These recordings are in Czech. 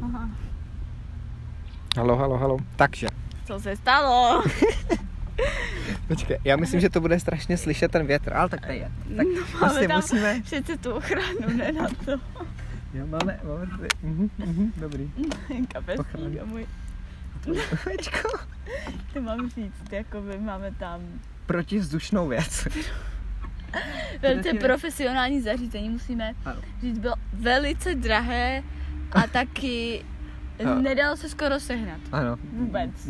Aha. Halo. Takže. Co se stalo? Počkej, já myslím, že to bude strašně slyšet ten větr, ale tak to je. Tak No, prostě máme musíme... přece tu ochranu, ne na to. Jo, máme tady. Dobrý. Kapesník a můj. Ovečko. To mám říct, jakoby máme tam Protivzdušnou věc. velice profesionální zařízení, musíme říct, bylo velice drahé a taky nedalo se skoro sehnat. Ano. Vůbec.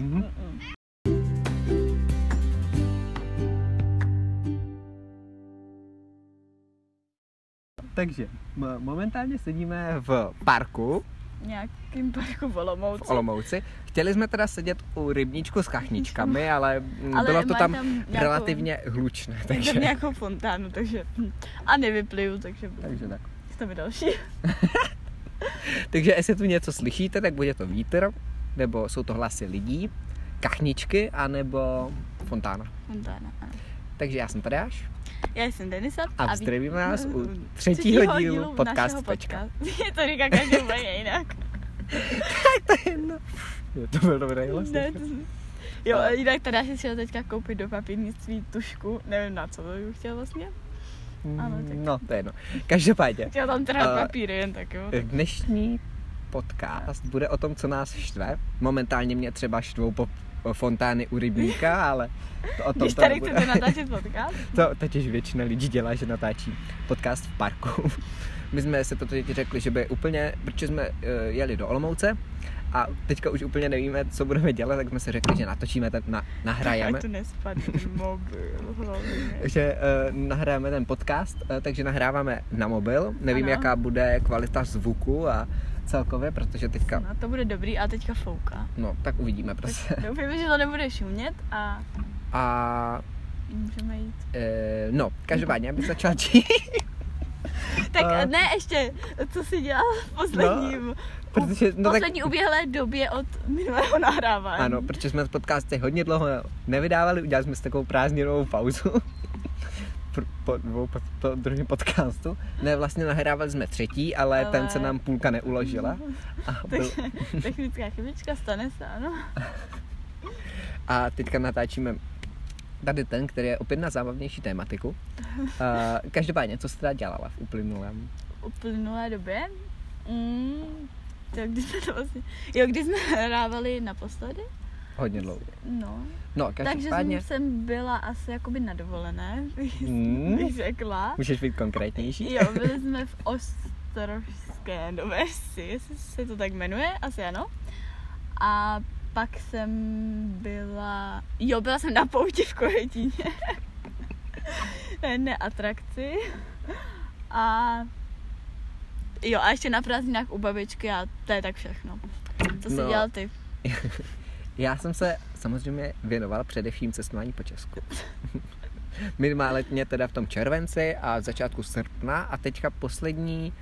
Takže momentálně sedíme v parku. Nějakým parku v Olomouci. Chtěli jsme teda sedět u rybníčku s kachničkami, ale bylo to tam relativně hlučné. Takže nějakou fontánu, takže a nevypliju, takže tak. To by další. Takže jestli tu něco slyšíte, tak bude to vítr, nebo jsou to hlasy lidí, kachničky, anebo fontána. Fontána, ano. Takže já jsem Tadeáš. Já jsem Denisa. A zdravíme nás u třetího dílu podcastu. Je to říká každý úplně jinak. To je jedno. To byl dobrý hlas. Jo, jinak Tadeáš si šel teďka koupit do papírnictví tušku, nevím na co bych chtěl vlastně. Ano, tak. No, to je jedno. Každopádně. Chtěl tam trhat papíry jen tak, jo. Dnešní podcast bude o tom, co nás štve. Momentálně mě třeba štvou fontány u rybníka, ale to o tom když tady chcete natáčet podcast? To totiž většina lidí dělá, že natáčí podcast v parku. My jsme se to teď řekli, že by úplně, protože jsme jeli do Olomouce a teďka už úplně nevíme, co budeme dělat, tak jsme si řekli, že natočíme, nahrajeme. Tak to nespadne mobil. Že nahrajeme ten podcast, takže nahráváme na mobil. Nevím, jaká bude kvalita zvuku a celkově, protože teďka... No, to bude dobrý a teďka fouká. No, tak uvidíme prostě. Doufám, že to nebude šumět a můžeme jít. No, každopádně, abych začal čít. Tak ne, ještě, co jsi dělal v posledním, poslední uběhlé době od minulého nahrávání. Ano, protože jsme podcasty hodně dlouho nevydávali, udělali jsme si takovou prázdninovou pauzu po druhém podcastu. Ne, vlastně nahrávali jsme třetí, ale ten se nám půlka neuložila. Takže technická chybička, stane se, ano. A teďka natáčíme tady ten, který je opět na zábavnější tématiku. Každopádně, co jsi teda dělala v uplynulé době? Když jsme hrávali naposledy? Hodně dlouho. No, takže jsem byla asi jakoby na dovolené, bych řekla. Můžeš být konkrétnější? Jo, byli jsme v Ostrovské Novesi, jestli se to tak jmenuje, asi ano. A pak jsem byla jsem na pouti v Kojetíně. Na jedné atrakci. A ještě na prázdninách u babičky a to je tak všechno. Co jsi dělal ty? Já jsem se samozřejmě věnoval především cestování po Česku. Minimálně teda v tom červenci a začátku srpna a teďka poslední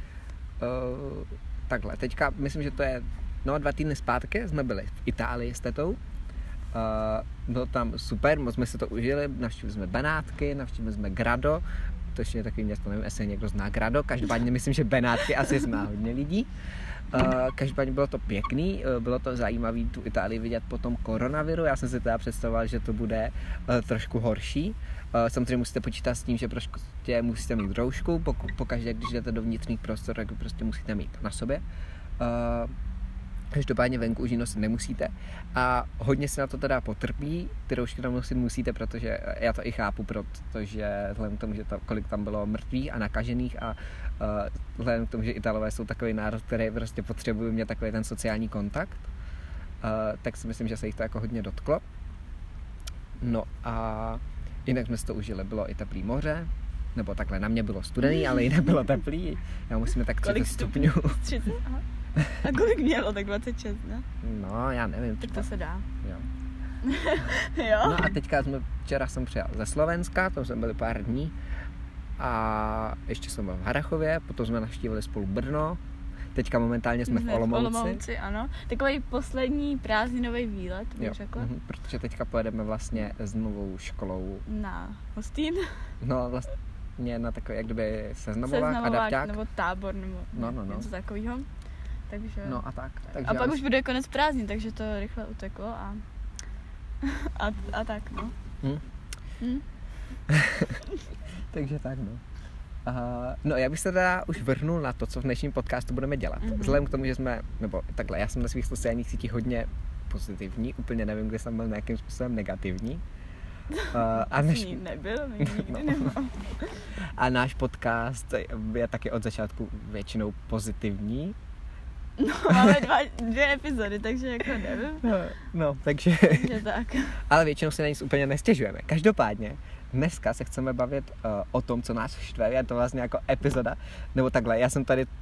teďka myslím, že to je 2 týdny zpátky jsme byli v Itálii s tetou. Bylo tam super, moc jsme se to užili, navštívili jsme Benátky, navštívili jsme Grado, to ještě je takový město, nevím, jestli někdo zná Grado, každopádně myslím, že Benátky asi zná hodně lidí. Každopádně bylo to pěkný, bylo to zajímavé tu Itálii vidět po tom koronaviru, já jsem si teda představoval, že to bude trošku horší. Samozřejmě musíte počítat s tím, že prostě musíte mít roušku, pokaždé, když jdete do vnitřních prostor, tak prostě musíte mít na sobě. Každopádně venku už ji nosit nemusíte a hodně se na to teda potrpí, ty roušky tam nosit musíte, protože já to i chápu, protože vzhledem k tomu, že kolik tam bylo mrtvých a nakažených a vzhledem k tomu, že Italové jsou takový národ, který prostě potřebuje mít takový ten sociální kontakt, tak si myslím, že se jich to jako hodně dotklo. No a jinak jsme si to užili, bylo i teplý moře, nebo takhle, na mě bylo studený, ale jinak bylo teplý, já musíme tak 30 stupňů. 30? Aha. A kolik mělo? Tak 26, ne? No, já nevím. Tak to se dá. Jo. Jo? No a teďka včera jsem přijel ze Slovenska, tam jsme byli pár dní a ještě jsem byl v Harrachově, potom jsme navštívili spolu Brno, teďka momentálně jsme v Olomouci. Ano. Takový poslední prázdninový výlet, bych řekla. Protože teďka pojedeme vlastně s novou školou. Na Hostín? No, vlastně na takový, jak kdyby seznamovák, adapták. Nebo tábor, nebo něco takového. takže... No a tak. Takže a pak už bude konec prázdnin, takže to rychle uteklo a tak, no. Takže tak, no. No, já bych se teda už vrhnul na to, co v dnešním podcastu budeme dělat. Vzhledem k tomu, že jsme, nebo takhle, já jsem na svých sociálních sítích hodně pozitivní, úplně nevím, kde jsem byl nějakým způsobem negativní. Nebyl, nikdy nemám. A náš podcast je taky od začátku většinou pozitivní. No, máme 2 epizody, takže jako nevím. No, takže tak. Ale většinou si na nic úplně nestěžujeme. Každopádně, dneska se chceme bavit o tom, co nás štve. Je to vlastně jako epizoda, nebo takhle, já jsem tady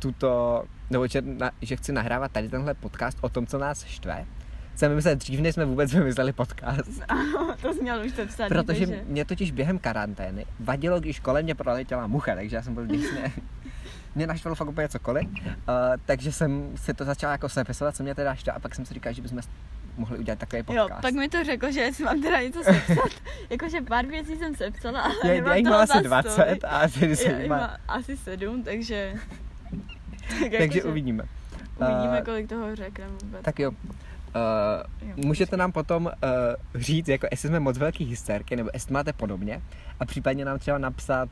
že chci nahrávat tady tenhle podcast o tom, co nás štve. Jsem vymyslel dřív, než jsme vůbec vymysleli podcast. Ano, to měl už to psát. Protože mě totiž během karantény vadilo, když kolem mě proletěla mucha, takže já jsem byl vděčný. Mě naštvalo fakt úplně cokoliv, takže jsem si to začal jako sepisovat, co mě teda štve, a pak jsem si říkal, že bychom mohli udělat takový podcast. Jo, pak mi to řekl, že si mám teda něco sepsat, jakože pár věcí jsem sepsala, ale já jich mám asi 20 a ty já mám asi 7, takže... takže uvidíme. Uvidíme, kolik toho řekneme vůbec. Tak jo. Můžete nám potom říct, jako jestli jsme moc velký hysterky, nebo jestli máte podobně, a případně nám třeba napsat,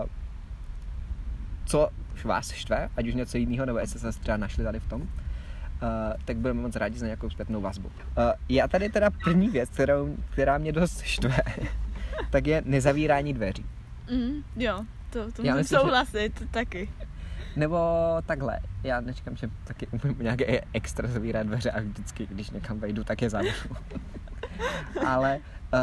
co vás štve, ať už něco jiného, nebo jestli se třeba našli tady v tom, tak budeme moc rádi za nějakou zpětnou vazbu. Já tady teda první věc, která mě dost štve, tak je nezavírání dveří. Jo, to musím souhlasit, taky. Nebo takhle, já nečekám, že taky umím nějaké extra zavírat dveře a vždycky, když někam vejdu, tak je zavřu. Ale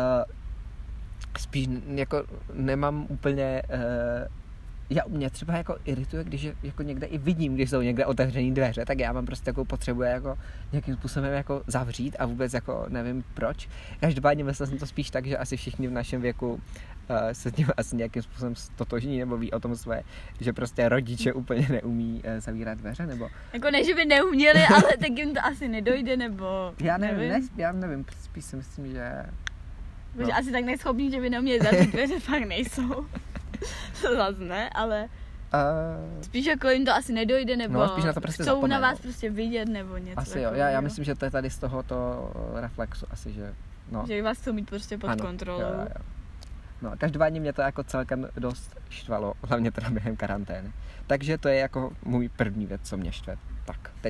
spíš jako nemám úplně... Mě třeba jako irituje, když jako někde i vidím, když jsou někde otevřený dveře, tak já mám prostě takovou potřebu jako nějakým způsobem jako zavřít a vůbec jako nevím proč. Každopádně myslel jsem to spíš tak, že asi všichni v našem věku se s tím asi nějakým způsobem stotožní nebo ví o tom své, že prostě rodiče úplně neumí zavírat dveře, nebo... Jako ne, že by neuměli, ale tak jim to asi nedojde, nebo... Já nevím, spíš si myslím, že... Protože asi tak neschopní, že by neuměli zavřít dveře, fakt nejsou. To zase ne, ale spíš jako jim to asi nedojde, nebo spíš na to prostě chcou na vás prostě vidět, nebo něco. Asi jo, já myslím, že to je tady z tohoto reflexu asi, že že vás chcou mít prostě pod kontrolou. Jo. No, každopádně mě to jako celkem dost štvalo, hlavně teda během karantény. Takže to je jako můj první věc, co mě štve. Tak, teď.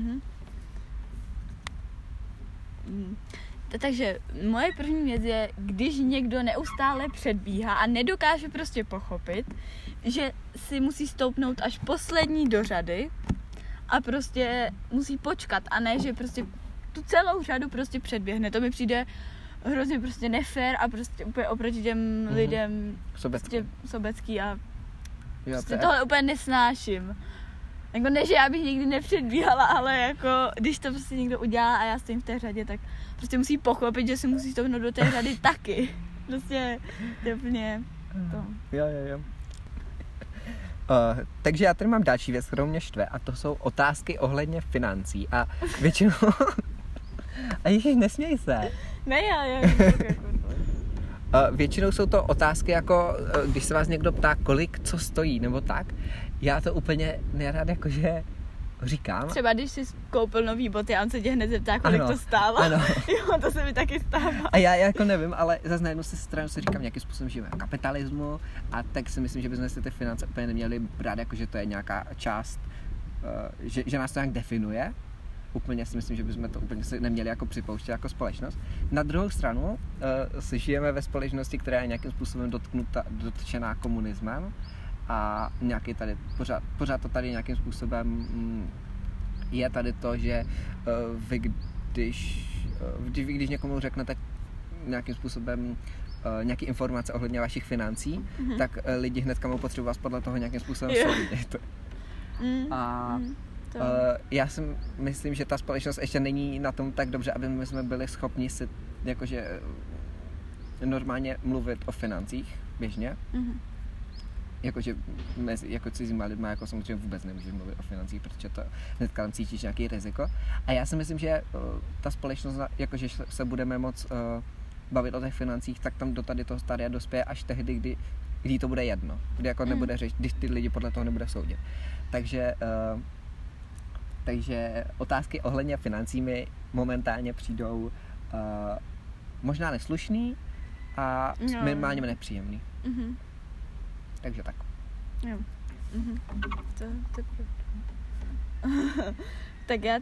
Takže moje první věc je, když někdo neustále předbíhá a nedokáže prostě pochopit, že si musí stoupnout až poslední do řady a prostě musí počkat a ne, že prostě tu celou řadu prostě předběhne. To mi přijde hrozně prostě nefér a prostě úplně oproti těm lidem sobecký a prostě tohle úplně nesnáším. Jako ne, že já bych nikdy nepředbíhala, ale jako když to prostě někdo udělá a já stojím v té řadě, tak prostě musí pochopit, že si musí stoupnout do té řady taky. Prostě to je úplně to. Jo. Takže já tady mám další věc, kterou mě štve, a to jsou otázky ohledně financí a většinou... A ježiš, nesměj se. Ne, já většinou jsou to otázky jako, když se vás někdo ptá, kolik co stojí, nebo tak. Já to úplně nerad jakože říkám. Třeba když jsi koupil nový boty a on se tě hned zeptá, kolik to stálo. Ano. Jo, to se mi taky stává. A já jako nevím, ale zase na jednu stranu si říkám, nějakým způsobem žijeme v kapitalismu, a tak si myslím, že bychom si ty finance úplně neměli brát jako, že to je nějaká část, že nás to nějak definuje. Úplně si myslím, že bychom to úplně si neměli jako připouštět jako společnost. Na druhou stranu si žijeme ve společnosti, která je nějakým způsobem dotčená komunismem, a nějaký tady, pořád to tady nějakým způsobem je tady to, že vy když někomu řeknete nějakým způsobem nějaké informace ohledně vašich financí, tak lidi hnedka budou potřebují vás podle toho nějakým způsobem soudit. Já si myslím, že ta společnost ještě není na tom tak dobře, aby my jsme byli schopni si jakože normálně mluvit o financích běžně. Jakože jako cizíma lidma jako samozřejmě vůbec nemůžeme mluvit o financích, protože to hnedka tam cítíš nějaký riziko. A já si myslím, že ta společnost, jakože se budeme moc bavit o těch financích, tak tam do tady toho stádia dospěje až tehdy, kdy to bude jedno. Kdy jako nebude řešit, když ty lidi podle toho nebude soudit. Takže Takže otázky ohledně financí mi momentálně přijdou možná neslušný a minimálně nepříjemný. Mhm. Takže tak. Jo. Mhm. To je pravda. Tak já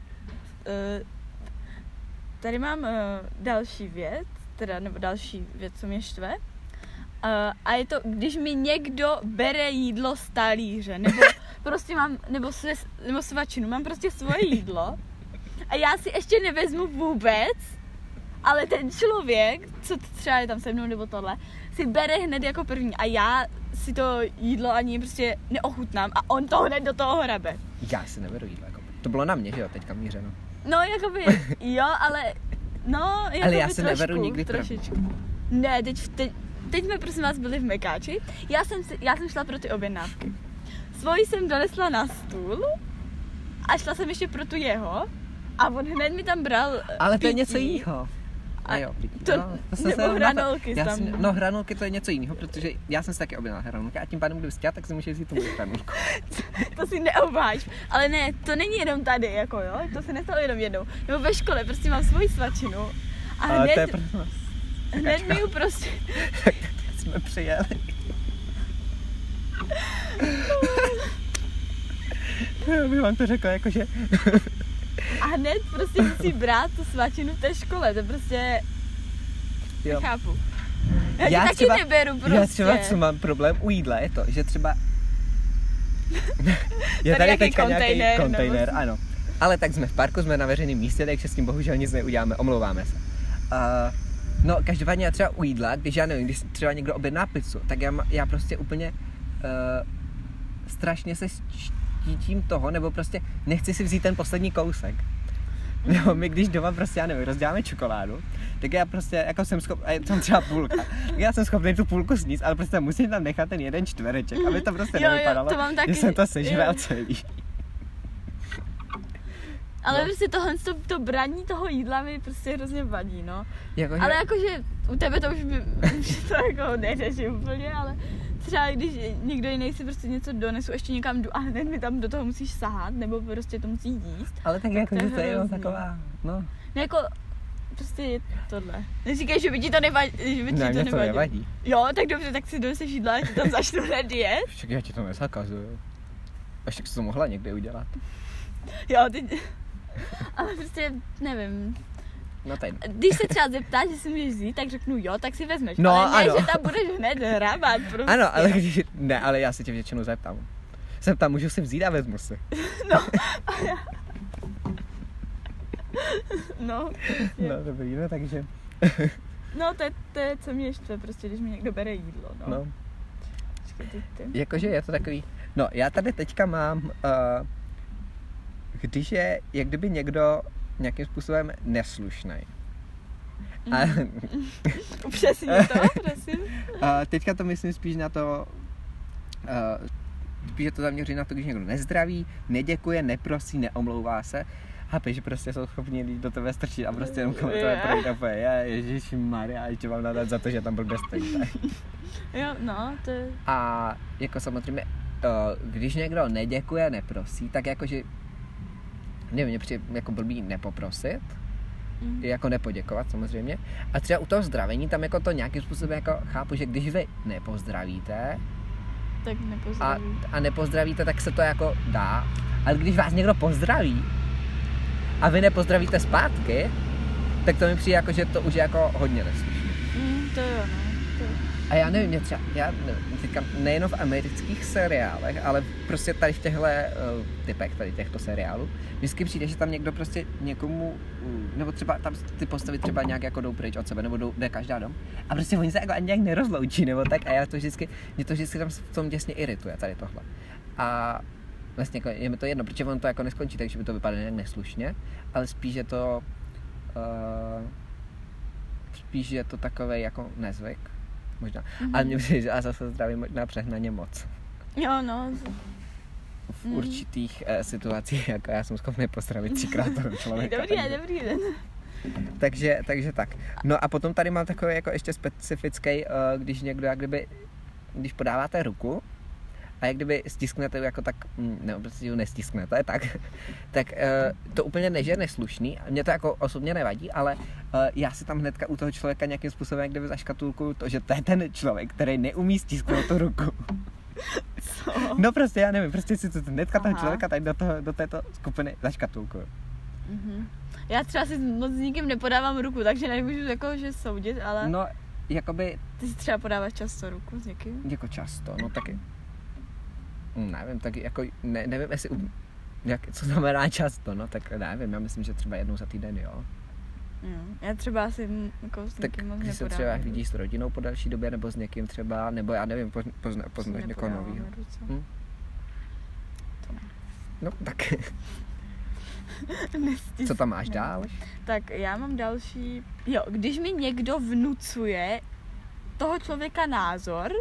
tady mám další věc, nebo další věc, co mě štve. A je to, když mi někdo bere jídlo z talíře, nebo prostě mám, nebo svačinu, mám prostě svoje jídlo a já si ještě nevezmu vůbec, ale ten člověk, co třeba je tam se mnou nebo tohle, si bere hned jako první a já si to jídlo ani prostě neochutnám a on to hned do toho hrabe. Já si neberu jídlo, jako. To bylo na mě, že jo, teďka mířeno. No, jakoby, jo, ale, no, jakoby ale já si trošku, neberu nikdy trošičku. Ne, teď jsme prosím vás byli v Mekáči, já jsem šla pro ty objednávky. Svoji jsem donesla na stůl a šla jsem ještě pro tu jeho a on hned mi tam bral ale to je pití. něco jiného. A jo, nebo hranolky tam. No, hranolky to je něco jiného, protože já jsem si taky objednala hranolky a tím pádem, kdybych chtěla, tak si můžeš vzít tu hranolku. To si neobháš. Ale ne, to není jenom tady, jako jo, to se nestalo jenom jednou. Nebo ve škole, prostě mám svoji svačinu a ale hned, to je hned mi ju prostě... Tak jsme přijeli. Já bych vám to řekla, jakože... A hned prostě musí brát tu svačinu v té škole, to prostě... Jo. Nechápu. Já taky třeba, neberu prostě. Já třeba, co mám problém u jídla, je to, že třeba... je tady teďka nějaký kontejner, ano. Ale tak jsme v parku, jsme na veřejném místě, takže s tím bohužel nic neuděláme, omlouváme se. No, každopádně já třeba u jídla, když já nevím, když třeba někdo objedná pizzu, tak já prostě úplně strašně se štítím toho, nebo prostě nechci si vzít ten poslední kousek. Nebo my když doma prostě, já nevím, rozděláme čokoládu, tak já prostě, jako jsem schopný, a je tam třeba půlka, tak já jsem schopný tu půlku sníst, ale prostě musím tam nechat ten jeden čtvereček, aby to prostě nevypadalo, že jsem to sežral celý. Ale no. prostě to braní toho jídla mi prostě hrozně vadí, no. Jakože... Ale jakože u tebe to už to jako neřeším úplně, ale třeba když někdo jiný si prostě něco donesu, ještě někam jdu a hned mi tam do toho musíš sahat, nebo prostě to musí jíst. Ale tak jako, že to je jenom taková, no. Ne, jako, prostě je tohle. Neříkej, že by ti to nevadí, že by ti ne, to nevadí. Jo, tak dobře, tak si doneseš jídla a ti tam začnu hned jet. Však já ti to nezakazuju. Až tak jsi to mohla někde udělat. Jo, teď... Ale prostě, nevím. No tady. Když se třeba zeptáš, že si můžeš vzít, tak řeknu jo, tak si vezmeš. No, ale ne, ano. že tam budeš hned hrabat prostě. Ano, ale když... Ne, ale já se tě většinou zeptám. Zeptám, můžu si vzít a vezmu si. No, no. No, dobrý, no, takže... No, to je, co mě štve, prostě, když mi někdo bere jídlo, no. No. Ty. Jakože je to takový... No, já tady teďka mám... když je, jak kdyby někdo nějakým způsobem neslušnej. Upřesni to, prosím. Teďka to myslím spíš na to... spíš to zaměří na to, když někdo nezdraví, neděkuje, neprosí, neomlouvá se. Chápeš, že prostě jsou schopni lidi do tebe strčit a prostě jenom kolem tebe projít a poje, ježišmarja, ještě mám nadat za to, že tam blbě stojíte. Jo, no, to je... A jako samozřejmě, když někdo neděkuje, neprosí, tak jakože, nevím, mě přijde jako blbý nepoprosit, jako nepoděkovat samozřejmě. A třeba u toho zdravení tam jako to nějakým způsobem jako chápu, že když vy nepozdravíte, tak nepozdraví. A nepozdravíte, tak se to jako dá. Ale když vás někdo pozdraví a vy nepozdravíte zpátky, tak to mi přijde jako, že to už je jako hodně neslušné. To jo, no. A já nevím, teďka nejenom v amerických seriálech, ale prostě tady v těchto typech, tady těchto seriálů, vždycky přijde, že tam někdo prostě někomu, nebo třeba tam ty postavy třeba nějak jako jdou pryč od sebe, nebo jde každá dom, a prostě oni se jako ani nějak nerozloučí, nebo tak, a mě to vždycky tam v tom děsně irituje, tady tohle. A vlastně jako, je mi to jedno, protože on to jako neskončí, takže by to vypadá nějak neslušně, ale spíš je to takovej jako nezvyk. Možná. Ale mě přijde, že já zase zdravím možná přehnaně moc. Jo, no. V určitých situacích, jako já jsem schopný pozdravit 3krát toho člověka. Dobrý den. Takže tak. No a potom tady mám takový jako ještě specifický, když někdo, jak kdyby, když podáváte ruku a jak kdyby stisknete jako tak, nebo prostě ho nestisknete, tak to úplně neže neslušný, mě to jako osobně nevadí, ale já si tam hnedka u toho člověka nějakým způsobem jak kdyby zaškatulkuju to, že to je ten člověk, který neumí stisknout tu ruku. Co? No prostě já nevím, prostě si to hnedka toho člověka tady do této skupiny zaškatulkuju. Mhm. Já třeba si moc s nikým nepodávám ruku, takže nemůžu jako, že soudit, ale... No, jakoby... Ty si třeba podáváš často ruku s někým? Jako často, no taky... Nevím, tak jako, nevím, jestli... co znamená často, no, tak nevím, já myslím, že třeba jednou za týden, jo. Já třeba asi jako s někým moc nepodávám. Tak se třeba vidíš s rodinou po další době, nebo s někým třeba, nebo já nevím, poznáš někoho novýho. To ne. No, tak... Co tam máš dál? Tak já mám další... Jo, když mi někdo vnucuje toho člověka názor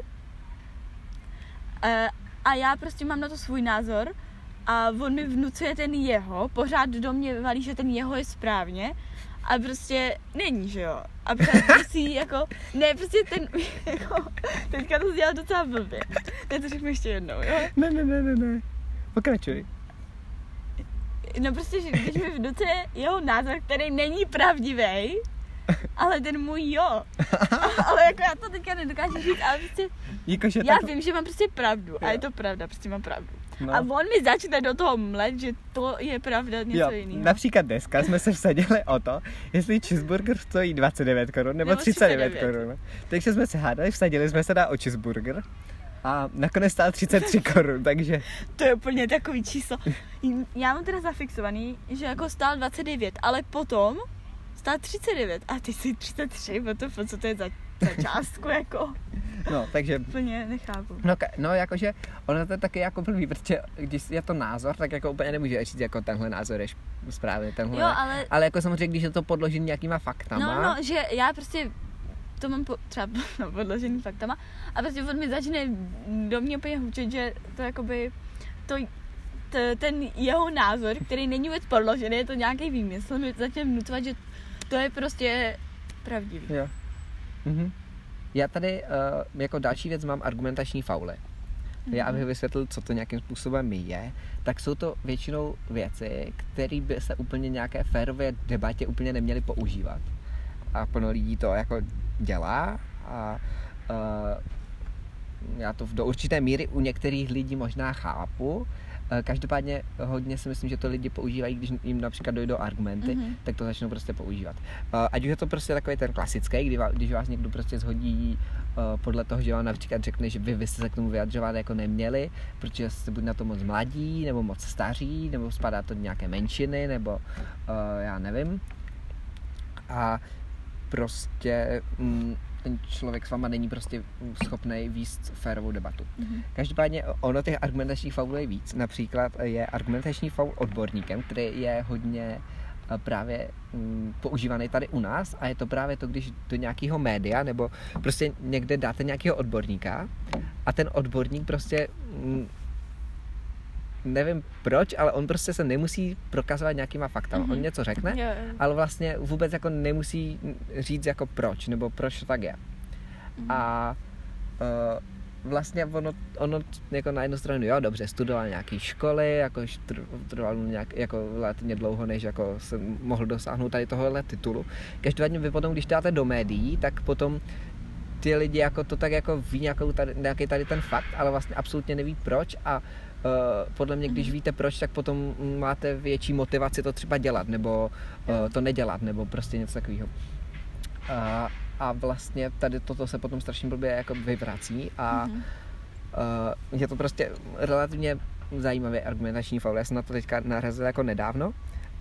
a já prostě mám na to svůj názor a on mi vnucuje ten jeho, pořád do mě valí, že ten jeho je správně a prostě není, že jo. A prostě jako, ne, prostě ten, jako, teďka to dělá docela blbě. Já to řeknu ještě jednou, jo? Ne. Pokračuj. No prostě, že když mi vnucuje jeho názor, který není pravdivý, ale ten můj jo. Ale jako já to teďka nedokážu říct, ale prostě Jakože já vím, že mám prostě pravdu. Jo. A je to pravda, prostě mám pravdu. No. A on mi začne do toho mlet, že to je pravda něco jiného. Například dneska jsme se vsadili o to, jestli cheeseburger stojí 29 korun nebo 39 korun. Takže jsme se hádali, vsadili jsme se o cheeseburger. A nakonec stál 33 korun, takže... To je úplně takový číslo. Já mám teda zafixovaný, že jako stál 29, ale potom stál 39. A ty jsi 33, co to je za částku, jako... No, takže... Úplně nechápu. No, jakože ono to je taky jako blbý, protože když je to názor, tak jako úplně nemůže říct, jako tenhle názor je správně, tenhle... Jo, ale jako samozřejmě, když je to podložený nějakýma faktama... No, že já prostě... To mám třeba podložený faktama a prostě on mi začne do mě úplně hučet, že to jakoby ten jeho názor, který není vůbec podložený, je to nějaký výmysl, mi začne vnucovat, že to je prostě pravdivý. Jo. Mhm. Já tady jako další věc mám argumentační fauly. Já abych vysvětlil, co to nějakým způsobem je, tak jsou to většinou věci, které by se úplně nějaké férové debatě úplně neměly používat. A plno lidí to jako dělá a já to do určité míry u některých lidí možná chápu. Každopádně hodně si myslím, že to lidi používají, když jim například dojdou argumenty, tak to začnou prostě používat. Ať už je to prostě takový ten klasický, když vás někdo prostě shodí podle toho, že vám například řekne, že vy jste se k tomu vyjadřovat jako neměli, protože jste buď na to moc mladí, nebo moc staří, nebo spadá to do nějaké menšiny, nebo já nevím. A prostě ten člověk s váma není prostě schopný vést férovou debatu. Každopádně ono těch argumentačních faulů je víc. Například je argumentační faul odborníkem, který je hodně právě používaný tady u nás a je to právě to, když do nějakého média nebo prostě někde dáte nějakého odborníka a ten odborník prostě nevím proč, ale on prostě se nemusí prokazovat nějakýma faktama. On něco řekne, ale vlastně vůbec jako nemusí říct jako proč, nebo proč to tak je. A vlastně ono jako na jednu stranu, jo, dobře, studoval nějaký školy, jako studoval nějak jako relativně dlouho, než jako se mohl dosáhnout tady tohohle titulu. Každopádně vy potom, když dáte do médií, tak potom ty lidi jako to tak jako ví nějaký tady ten fakt, ale vlastně absolutně neví proč a podle mě, když víte proč, tak potom máte větší motivaci to třeba dělat, nebo to nedělat, nebo prostě něco takového. A vlastně tady toto se potom strašně blbě jako vyvrací a je to prostě relativně zajímavý argumentační faul. Já jsem na to teďka narazil jako nedávno.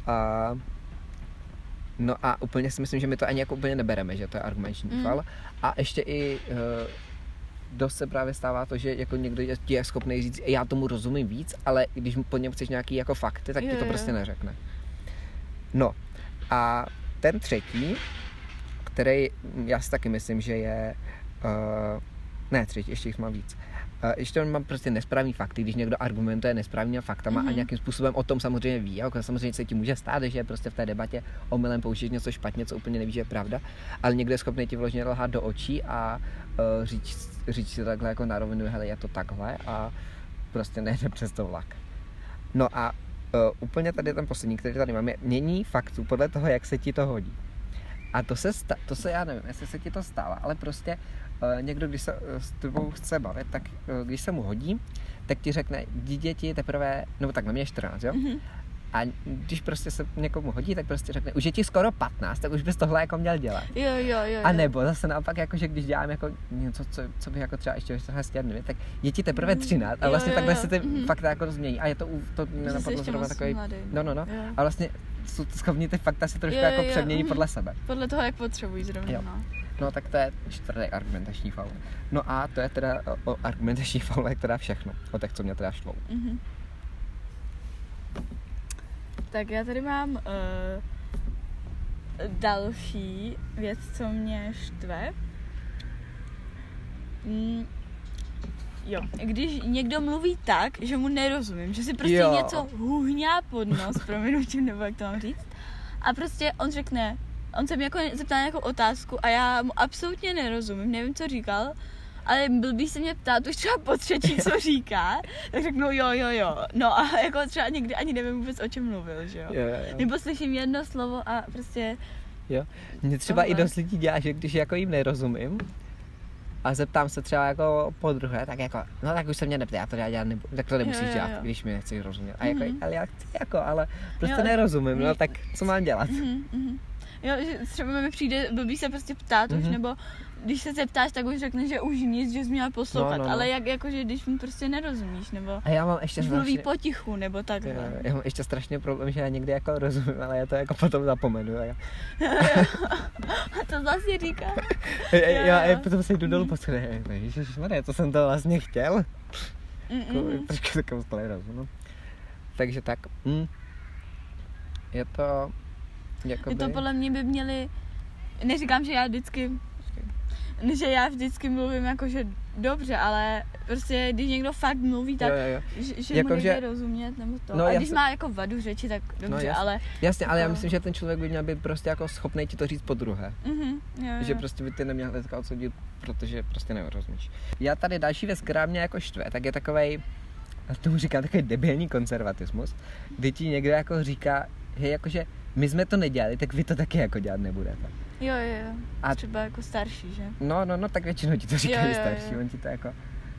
No a úplně si myslím, že my to ani jako úplně nebereme, že to je argumentační faul. A ještě i dost se právě stává to, že jako někdo je schopný říct, já tomu rozumím víc, ale když po něm chceš nějaký jako fakty, tak ti to prostě neřekne. No a ten třetí, který já si taky myslím, že je ne třetí, ještě jich mám víc. Ještě on mám prostě nesprávný fakty, když někdo argumentuje nesprávnými faktama a nějakým způsobem o tom samozřejmě ví, jako samozřejmě se ti může stát, že prostě v té debatě omylem použiješ něco špatně, co úplně nevíš, že je pravda, ale někdo je schopný ti vložně lhát do očí a říct si takhle jako na rovinu, hele, je to takhle a prostě nejde přes to vlak. No a úplně tady ten poslední, který tady máme, mění faktu podle toho, jak se ti to hodí. A to se já nevím, jestli se ti to stává, ale prostě někdo, když se s tebou chce bavit, tak když se mu hodí, tak ti řekne, děti teprve, nebo tak na mě 14, jo? Mm-hmm. A když prostě se někomu hodí, tak prostě řekne, už je ti skoro 15, tak už bys tohle jako měl dělat. Jo. A nebo zase naopak, jako, že když dělám jako něco, co bych jako třeba ještě chtěl, tak je ti teprve 13 a vlastně takhle se ty fakta jako změní. A je to nenapadlo zrovna takový. No. A vlastně jsou schopni ty fakta si trošku jako přeměnit podle sebe. Podle toho, jak potřebují zrovna. Jo. No tak to je 4. argumentační faul. No a to je teda o argumentační faule, která všechno. O těch, co mě teda šlo. Mm-hmm. Tak já tady mám další věc, co mě štve. Jo, když někdo mluví tak, že mu nerozumím, že si prostě něco huhňá pod nos, prominutím, nebo jak to mám říct. A prostě on se mě jako zeptá nějakou otázku a já mu absolutně nerozumím, nevím, co říkal, ale blbý se mě ptát už třeba po třetí, co říká, tak řeknu jo. No a jako třeba někdy ani nevím vůbec, o čem mluvil, že jo. Nebo slyším jedno slovo a prostě... Jo, mě třeba i dost lidí dělá, že když jako jim nerozumím a zeptám se třeba jako po druhé, tak jako, no tak už se mě neptá, já to dělat nebudu, tak to nemusíš dělat, když mi nechceš rozumět. A jako, ale já chci jako, ale prostě nerozumím, no tak co mám dělat? Jo, že třeba mi přijde blbý se prostě ptát už, nebo když se zeptáš, tak už řekne, že už nic, že jsi měla poslouchat, no. Ale jakože když mi prostě nerozumíš, nebo a já mám ještě mluví potichu, nebo takhle. Já mám ještě strašně problém, že já někdy jako rozumím, ale já to jako potom zapomenu. A to vlastně říká. Já potom se jdu dolů posledně, ježišmarja, co jsem to vlastně chtěl. Trošku takovou stole rozumím. Takže tak, je to... Je to podle mě by měli, neříkám, že já vždycky mluvím jakože dobře, ale prostě když někdo fakt mluví, tak že jako mu nejde rozumět, nebo to. No, a když má jako vadu řeči, tak dobře, ale... Jasně, ale já myslím, že ten člověk by měl být prostě jako schopnej ti to říct po druhé. Že prostě by ty neměl hnedka odsoudit, protože prostě nerozumíš. Já tady další věc, která mě jako štve, tak je takovej, tomu říká takový debilní konzervatismus, kdy ti někdo jako říká, hej, jakože my jsme to nedělali, tak vy to taky jako dělat nebudete. Jo. A třeba jako starší, že? No, tak většinou ti to říkají starší, on ti to jako...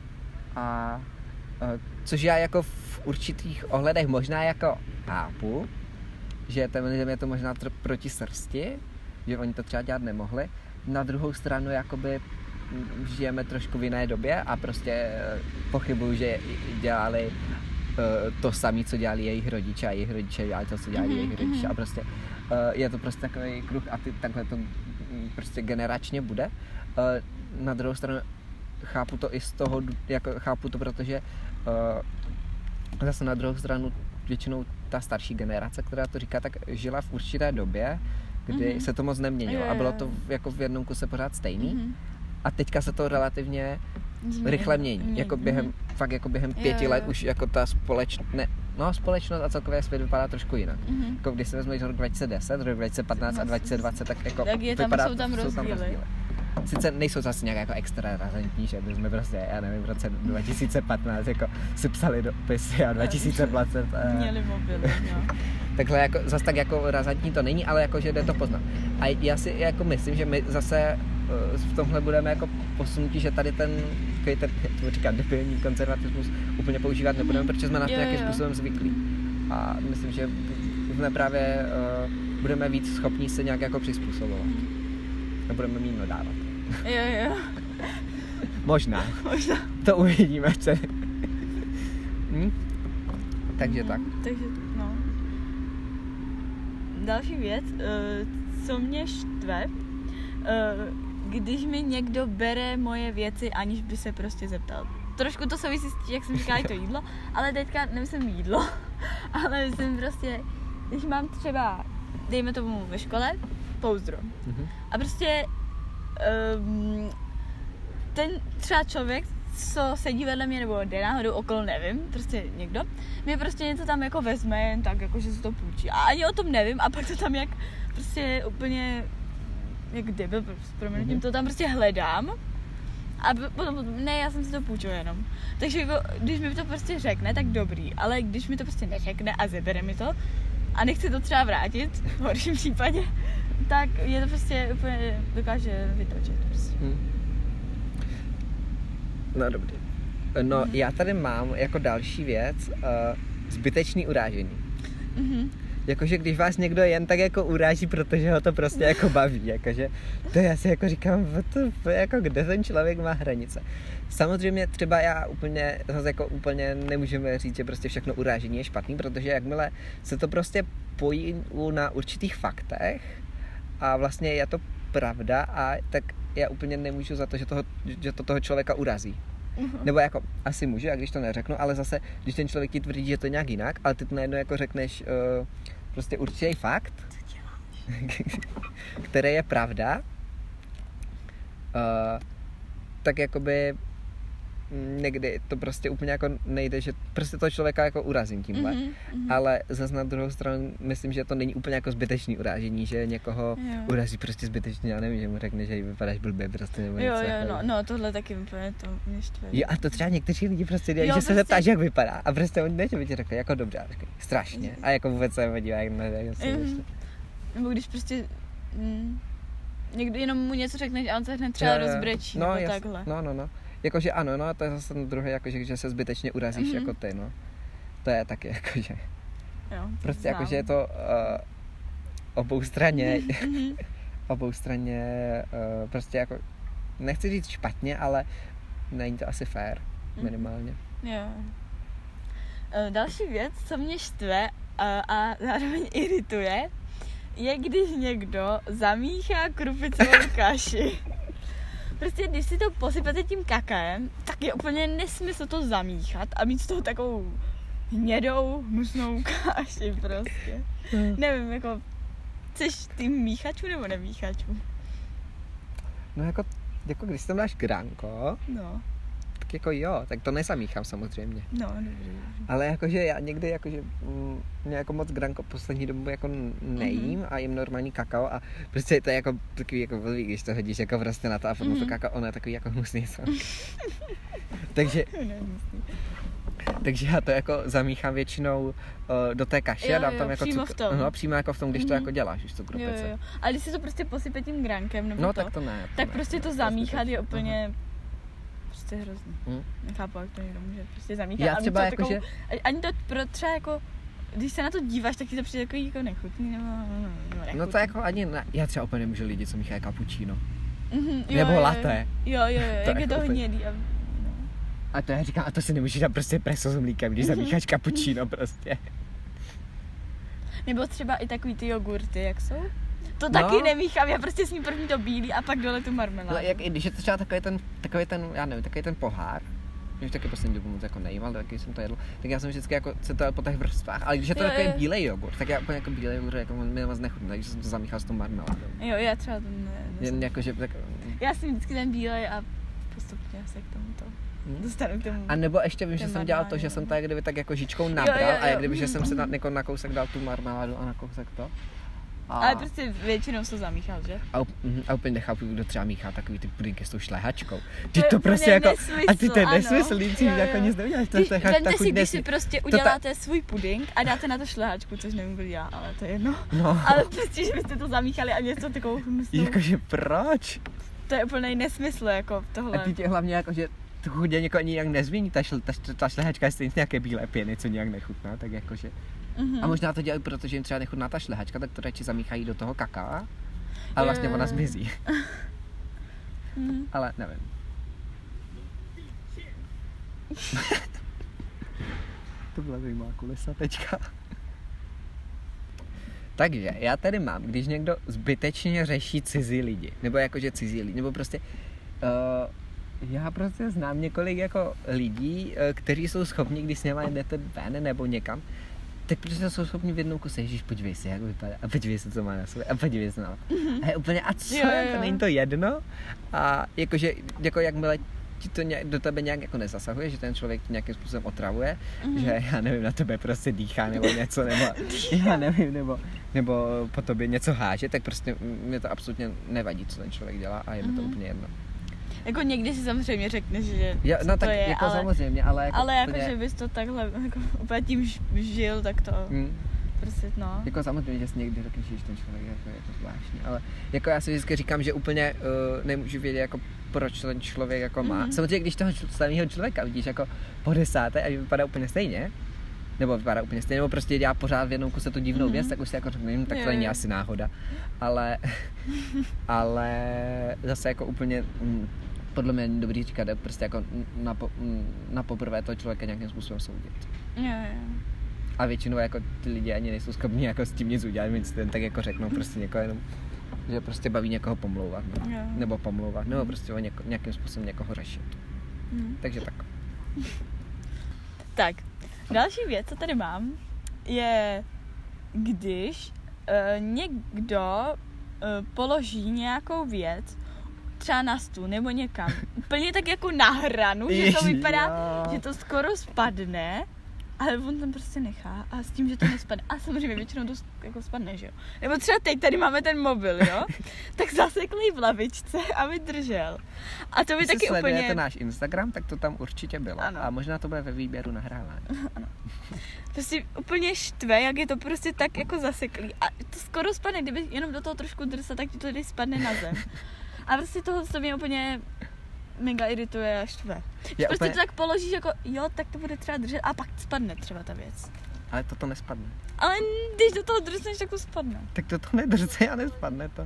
Což já jako v určitých ohledech možná jako chápu, že je to možná proti srsti, že oni to třeba dělat nemohli. Na druhou stranu jakoby žijeme trošku v jiné době a prostě pochybuju, že dělali to samé, co dělali jejich rodiče a jejich rodiče dělali to, co dělali jejich rodiče a prostě je to prostě takový kruh a takhle to prostě generačně bude. Na druhou stranu chápu to i z toho, jako chápu to, protože zase na druhou stranu většinou ta starší generace, která to říká, tak žila v určité době, kdy se to moc neměnilo a bylo to jako v jednom kuse pořád stejný a teďka se to relativně rychle mění. Jako během 5 let už jako ta společnost a celkově svět vypadá trošku jinak. Jako když se vezmeš rok 2010, rok 2015 a 2020, tak jako tak jsou tam rozdíly. Sice nejsou zase nějak jako extra razantní, že my jsme prostě, já nevím, v roce 2015 jako si psali dopisy a 2020 měli mobily, no. Takhle jako, zase tak jako razantní to není, ale jako, že jde to poznat. A já si jako myslím, že my zase v tomhle budeme jako posunutí, že tady ten debilní konzervatismus úplně používat nebudeme, protože jsme na to nějakým způsobem zvyklí. A myslím, že jsme právě budeme víc schopní se nějak jako přizpůsobovat. A budeme mít dodávat. Jo. Možná. To uvidíme. Takže tak. Takže, no. Další věc, co mě štve, když mi někdo bere moje věci, aniž by se prostě zeptal. Trošku to souvisí s tím, jak jsem říkala, to jídlo, ale teďka nemyslím jídlo, ale myslím prostě, když mám třeba, dejme tomu ve škole, pouzdro. A prostě ten třeba člověk, co sedí vedle mě, nebo jde náhodou okolo, nevím, prostě někdo, mi prostě něco tam jako vezme, jen tak jako, že se to půjčí. A ani o tom nevím, a pak to tam jak prostě úplně, jak debil, promiňte, to tam prostě hledám. A potom, ne, já jsem si to půjčila jenom. Takže jako, když mi to prostě řekne, tak dobrý, ale když mi to prostě neřekne a zabere mi to a nechce to třeba vrátit, v horším případě, tak je to prostě úplně dokáže vytočit prostě. No dobrý. No já tady mám jako další věc zbytečný urážení. Jakože když vás někdo jen tak jako uráží, protože ho to prostě jako baví, jakože to já si jako říkám, jako kde ten člověk má hranice. Samozřejmě třeba já zase jako úplně nemůžeme říct, že prostě všechno urážení je špatný, protože jakmile se to prostě pojí na určitých faktech a vlastně je to pravda, a tak já úplně nemůžu za to, že to toho člověka urazí. Nebo jako asi můžu, a když to neřeknu, ale zase, když ten člověk ti tvrdí, že to je nějak jinak, ale ty to najednou jako řekneš prostě určitý fakt, který je pravda, tak jakoby někdy to prostě úplně jako nejde, že prostě toho člověka jako urazím tímhle. Ale zase na druhou stranu myslím, že to není úplně jako zbytečný urážení, že někoho urazí prostě zbytečně, já nevím, že mu řekne, že vypadáš blbě prostě nebo něco. No, tohle taky úplně to mě štve. Jo, a to třeba někteří lidi prostě dělají, že se zeptáš, jak vypadá, a prostě on než by ti řekl, jako dobře, strašně, a jako vůbec se podívá, jak na nebo když prostě někdo jenom mu něco řekneš a on se hned třeba rozbrečí, nebo takhle. No. Jakože ano, no, to je zase druhé, jakože, že se zbytečně urazíš jako ty, no. To je taky jakože. Jo, prostě jakože je to oboustranně prostě jako, nechci říct špatně, ale není to asi fair, minimálně. Jo. Další věc, co mě štve a zároveň irituje, je, když někdo zamíchá krupicovou kaši. Prostě když si to posypete tím kakaem, tak je úplně nesmysl to zamíchat a mít z toho takovou hnědou, hnusnou kaši prostě. Nevím, jako, chceš tým míchačů nebo nemíchačů? No jako když tam dáš gránko, tak jako jo, tak to nezamíchám samozřejmě. No, dobře. Ale jakože já někdy jakože mě jako moc gránko poslední dobu jako nejím a jim normální kakao a prostě to je jako takový jako blbý, když to hodíš jako prostě na to a potom to kakao, ono je takový jako hnusný smak. Takže já to jako zamíchám většinou do té kaše a dám tam jako přímo v tom. No, přímo jako v tom, když to jako děláš, už to krupice. Jo. A když si to prostě posype tím gránkem nebo no, tak to ne. Tak prostě to zamíchat je úplně prostě hrozný. Nechápu, jak to někdo může prostě zamíchat. Já třeba jako, že... Ani to pro třeba jako, když se na to díváš, tak ti to přijde takový jako nechutný nebo nechutný. No to jako ani ne. Já třeba úplně nemůžu lidi, co míchají cappuccino. Nebo latte. Jo, jak je to hnědý. A to já říkám, a to si nemůžeš dát prostě preso s mlíkem, když zamícháš cappuccino prostě. Nebo třeba i takový ty jogurty, jak jsou? To taky nemíchám, já prostě sním první to bílý a pak dole tu marmeládu. No, když je to třeba takový ten, já nevím, takový ten pohár, už taky poslední dobu moc jako nejím, ale taky jsem to jedl, tak já jsem vždycky jako se to po těch vrstvách, ale když je to takový bílej jogurt, tak já úplně jako bílej jogurt jako mi moc nechutná, takže jsem to zamíchal s tou marmeládou. Jo, já třeba to Jen jakože tak... Já jsem vždycky ten bílej a postupně se k tomuto dostanu k tomu. A nebo ještě vím, že jsem dělal to, že jsem to jak kdyby tak jako žičkou nabral a jak kdyby, že jsem si na kousek dal tu marmeládu a na kousek to. Ale prostě většinou se zamíchal, že? A úplně nechápu, kdo třeba míchá takový ty pudinky s tou šlehačkou. Ty to prostě jako... Nesmysl, a ty to je nesmysl, lící, jako nic neuděláš. Vemte si, když si prostě uděláte svůj pudink a dáte na to šlehačku, což nevím, kdo dělá, ale to je jedno. No. Ale prostě, že byste to zamíchali a něco takovou hnusnou. Jakože proč? To je úplný nesmysl, jako tohle. A ty tě hlavně jakože tu chudě někoho nijak nezmění, ta šlehačka je stejně nějaké bílé pěny, co nějak nechutná, tak jakože... A možná to dělají, protože jim třeba nechutná ta šlehačka, tak to radši zamíchají do toho kakaa a vlastně ona zmizí. Ale nevím. To byla zajímavá kulisa teďka. Takže já tady mám, když někdo zbytečně řeší cizí lidi, nebo jakože cizí lidi, nebo prostě já prostě znám několik jako lidí, kteří jsou schopni, když s něma jdete ven nebo někam, tak prostě jsou schopni v jednou kuse, ježiš, podívej si, jak vypadá, a podívej se, co má na sobě, a podívej se na. A je úplně, a co, jako není to jedno? A jakože, jako jakmile ti to do tebe nějak jako nezasahuje, že ten člověk ti nějakým způsobem otravuje, že já nevím, na tebe prostě dýchá nebo něco, nebo já nevím, nebo po tobě něco háže, tak prostě mě to absolutně nevadí, co ten člověk dělá a je mi to úplně jedno. Jako někdy si samozřejmě řekneš, že Jo, no co tak to je, jako samozřejmě, ale jako ale jako, úplně, že bys to takhle jako, úplně tím žil, tak to prostě, no. Jako samozřejmě, že si někdy řekneš, že ten člověk jako je to zvláštní, ale jako já si vždycky říkám, že úplně nemůžu vědět, jako proč ten člověk jako má. Samozřejmě, když toho samého člověka vidíš jako po 10. a vypadá úplně stejně, nebo prostě dělá pořád v jednom kuse tu divnou věc, tak už si jako řeknu, tak to není asi náhoda. Ale zase jako úplně podle mě není dobrý říkat, prostě jako na poprvé toho člověka nějakým způsobem soudit. Jo. A většinou jako ty lidi ani nejsou schopni jako s tím nic udělat, nic jen tak jako řeknou prostě někoho jenom, že prostě baví někoho pomlouvat, nebo prostě nějakým způsobem někoho řešit. Takže tak. Tak, další věc, co tady mám, je když někdo položí nějakou věc třeba na stůl nebo někam, úplně tak jako na hranu, že to vypadá, že to skoro spadne, ale on tam prostě nechá a s tím, že to nespadne. A samozřejmě většinou to jako spadne, že jo. Nebo třeba teď tady máme ten mobil, jo. Tak zaseklý v lavičce, aby držel. A to by taky úplně... Když sledujete náš Instagram, tak to tam určitě bylo. Ano. A možná to bude ve výběru nahrávání. Ano. Prostě úplně štve, jak je to prostě tak jako zaseklý. A to skoro spadne, kdyby jenom do toho trošku drsat, tak ti to tady spadne na zem. A prostě toho se mě úplně mega irituje a štve. Prostě úplně... to tak položíš jako, jo, tak to bude třeba držet a pak spadne třeba ta věc. Ale to nespadne. Ale když do toho drsneš, tak to spadne. Tak to nedrse a nespadne to.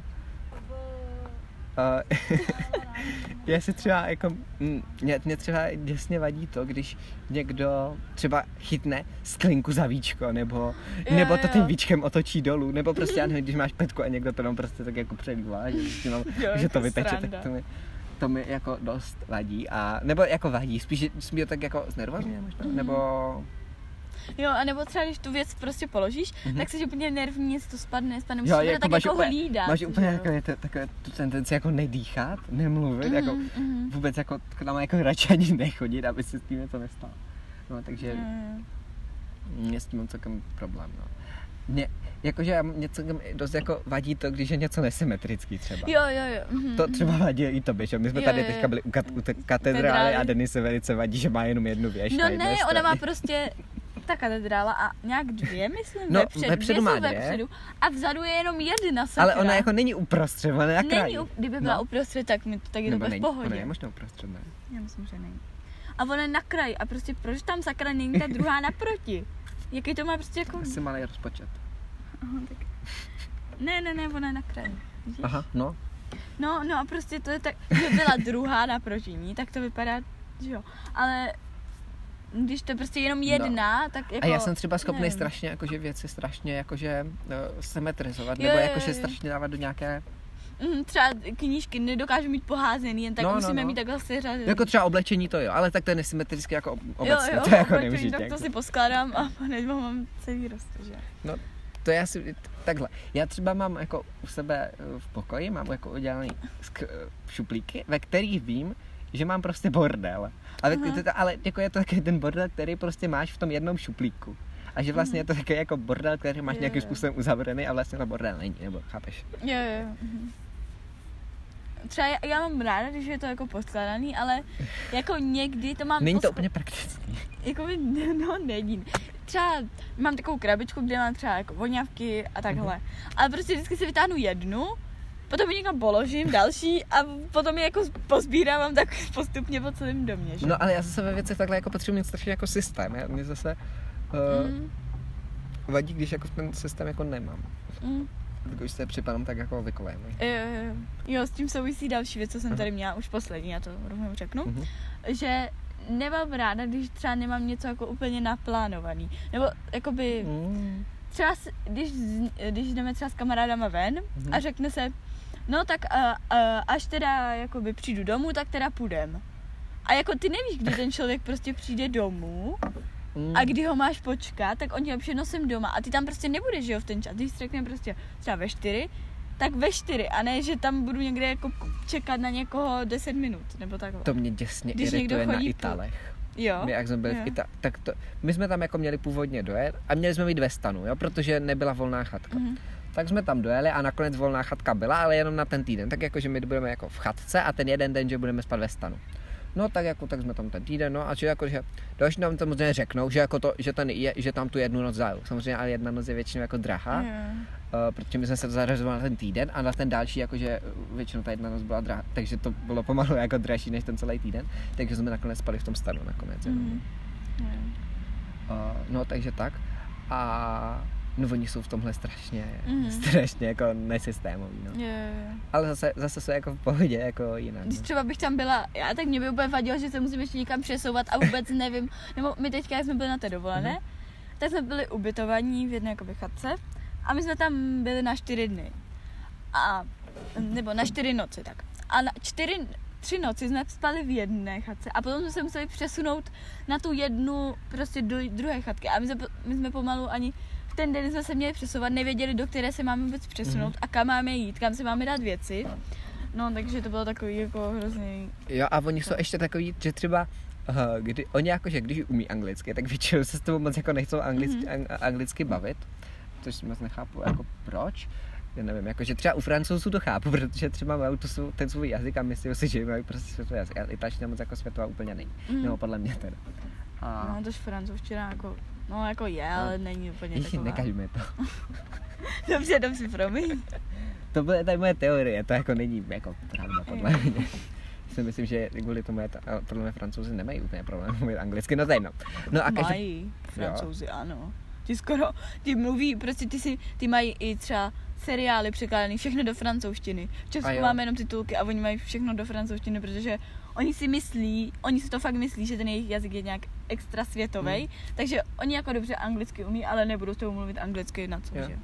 Já si třeba jako, mě třeba děsně vadí to, když někdo třeba chytne sklinku za víčko, nebo to tím víčkem otočí dolů, nebo prostě, já nevím, když máš petku a někdo to tam prostě tak jako přelívá, že to vyteče, tak to mi jako dost vadí, nebo jako vadí, spíš mě to tak jako znervozňuje možná, nebo... Jo, a nebo třeba, když tu věc prostě položíš, tak jsi úplně nervní, jestli to spadne, musíš jo, to jako tak jako hlídat. Máš úplně jako takové tu tendenci jako nedýchat, nemluvit, jako vůbec jako k nám jako radši ani nechodit, aby se s tím něco nestalo. No, takže mě s tím mám celkem problém, no. Mě celkem dost jako vadí to, když je něco nesymetrický třeba. Jo. To třeba vadí i tobě, že my jsme tady teďka byli u katedrály a Denise velice vadí, že má jenom jednu věž. No ne, ona má prostě ta katedrála a nějak dvě, myslím, vepředu má dvě. A vzadu je jenom jedna sakra. Ale ona jako není uprostřed, ona je na kraji. Kdyby byla uprostřed, tak je to v pohodě. Ona je možná uprostřed, ne? Já myslím, že není. A ona je na kraji a prostě proč tam sakra není ta druhá naproti? Jaký to má prostě jako... Asi malý rozpočet. Aha, tak... Ne, ona je na kraji. Vidíš? Aha, no. No a prostě to je tak, že byla druhá naproti ní, tak to vypadá, že jo. Ale když to prostě jenom jedna, tak jako... A já jsem třeba schopný strašně jakože věci strašně jakože symetrizovat, nebo jakože strašně dávat do nějaké... Třeba knížky nedokážu mít poházený, jen tak musíme mít takhle seřazený. Jako třeba oblečení to jo, ale tak to je nesymetricky jako obecně, to je jako nemůžu. Tak to si poskládám a hned mám celý roztože. No, to je asi takhle. Já třeba mám jako u sebe v pokoji, mám jako udělaný šuplíky, ve kterých vím, že mám prostě bordel. Ale jako je to taky ten bordel, který prostě máš v tom jednom šuplíku. A že vlastně je to taky jako bordel, který máš nějakým způsobem uzavřený a vlastně na bordel není, nebo chápeš? Jo. Třeba já mám ráda, když je to jako poskládaný, ale jako někdy to mám... Není to úplně praktický. Jako není. Třeba mám takovou krabičku, kde mám třeba jako voňavky a takhle. Ale prostě vždycky si vytáhnu jednu, potom ji někam položím, další a potom ji jako pozbírávám tak postupně po celém domě, že? No ale já zase ve věcech takhle jako potřebuji mít strašně jako systém. Mě zase vadí, když jako ten systém jako nemám. Tak už se připadám tak jako vykolejem. Jo, s tím souvisí další věc, co jsem tady měla už poslední, já to rovnou řeknu. Že nemám ráda, když třeba nemám něco jako úplně naplánovaný. Nebo jakoby třeba když jdeme třeba s kamarádama ven a řekne se, no tak až teda jakoby přijdu domů, tak teda půjdem. A jako ty nevíš, kdy ten člověk prostě přijde domů a kdy ho máš počkat, tak oni ho nosím doma a ty tam prostě nebudeš, že jo, v ten čas. Když řekne prostě třeba ve 4, tak ve 4 a ne, že tam budu někde jako čekat na někoho 10 minut, nebo takhle. To mě děsně irituje na Italech. Jo. My jak jsme byli v Itálii, my jsme tam jako měli původně dojet a měli jsme být ve stanu, jo, protože nebyla volná chatka. Tak jsme tam dojeli a nakonec volná chatka byla, ale jenom na ten týden. Tak jako, že my budeme jako v chatce a ten jeden den, že budeme spát ve stanu. No tak jako, tak jsme tam ten týden, no a že jako, že další nám samozřejmě řeknou, že jako to, že tam tu jednu noc dajou. Samozřejmě, ale jedna noc je většinou jako drahá, protože my jsme se zařazovali na ten týden a na ten další, jakože většinou ta jedna noc byla drahá, takže to bylo pomalu jako dražší než ten celý týden, takže jsme nakonec spali v tom stanu nakonec. No takže tak a no oni jsou v tomhle strašně jako nesystémový, no. Ale zase jsou jako v pohodě, jako jinak. Když třeba bych tam byla, tak mě by úplně vadilo, že se musím ještě někam přesouvat a vůbec nevím, nebo my teďka, jak jsme byli na té dovolené, tak jsme byli ubytovaní v jedné jakoby chatce a my jsme tam byli na 4 dny. Nebo na 4 noci, tak. A na 3 noci jsme spali v jedné chatce a potom jsme se museli přesunout na tu jednu prostě do druhé chatky a my jsme pomalu ani ten den jsme se měli přesouvat, nevěděli, do které se máme vůbec přesunout a kam máme jít, kam si máme dát věci. No, takže to bylo takový jako hrozný. Jo, a oni jsou ještě takový, že třeba oni jakože když umí anglicky, tak většinou se s tebou moc jako nechcou anglicky bavit, což moc nechápu jako proč. Já nevím, jakože třeba u Francouzů to chápu, protože třeba mají ten svůj jazyk a myslí si, že mají prostě světový jazyk. A italština moc jako světová úplně není. Nebo podle mě teda. No, tož francouzština jako, no jako je, ale není úplně taková. Nekažme to. Dobře, promiň. To byla tady moje teorie, to jako není jako pravda podle mě. Si myslím, že kvůli tomu podle mě Francouzi nemají úplně problém mluvit anglicky, no tajno. No a mají, Francouzi ano. Ti mluví, prostě ty mají i třeba seriály překládaný všechno do francouzštiny. V Česku máme jenom titulky a oni mají všechno do francouzštiny, protože oni si to fakt myslí, že ten jejich jazyk je nějak extra světovej, takže oni jako dobře anglicky umí, ale nebudou s tou mluvit anglicky na co, že?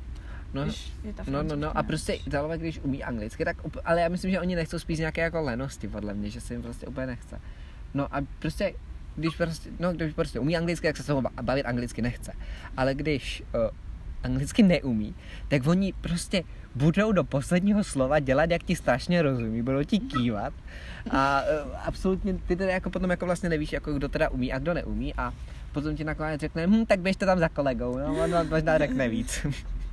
No a prostě Italové, když umí anglicky, tak, ale já myslím, že oni nechcou spíš nějaké jako lenosti podle mě, že se jim prostě úplně nechce. No a prostě když prostě umí anglicky, tak se s toho bavit anglicky nechce. Ale když anglicky neumí, tak oni prostě budou do posledního slova dělat, jak ti strašně rozumí, budou ti kývat a absolutně ty teda jako potom jako vlastně nevíš, jako kdo teda umí a kdo neumí a potom ti nakonec řekne, tak běžte tam za kolegou, no, on možná řekne víc.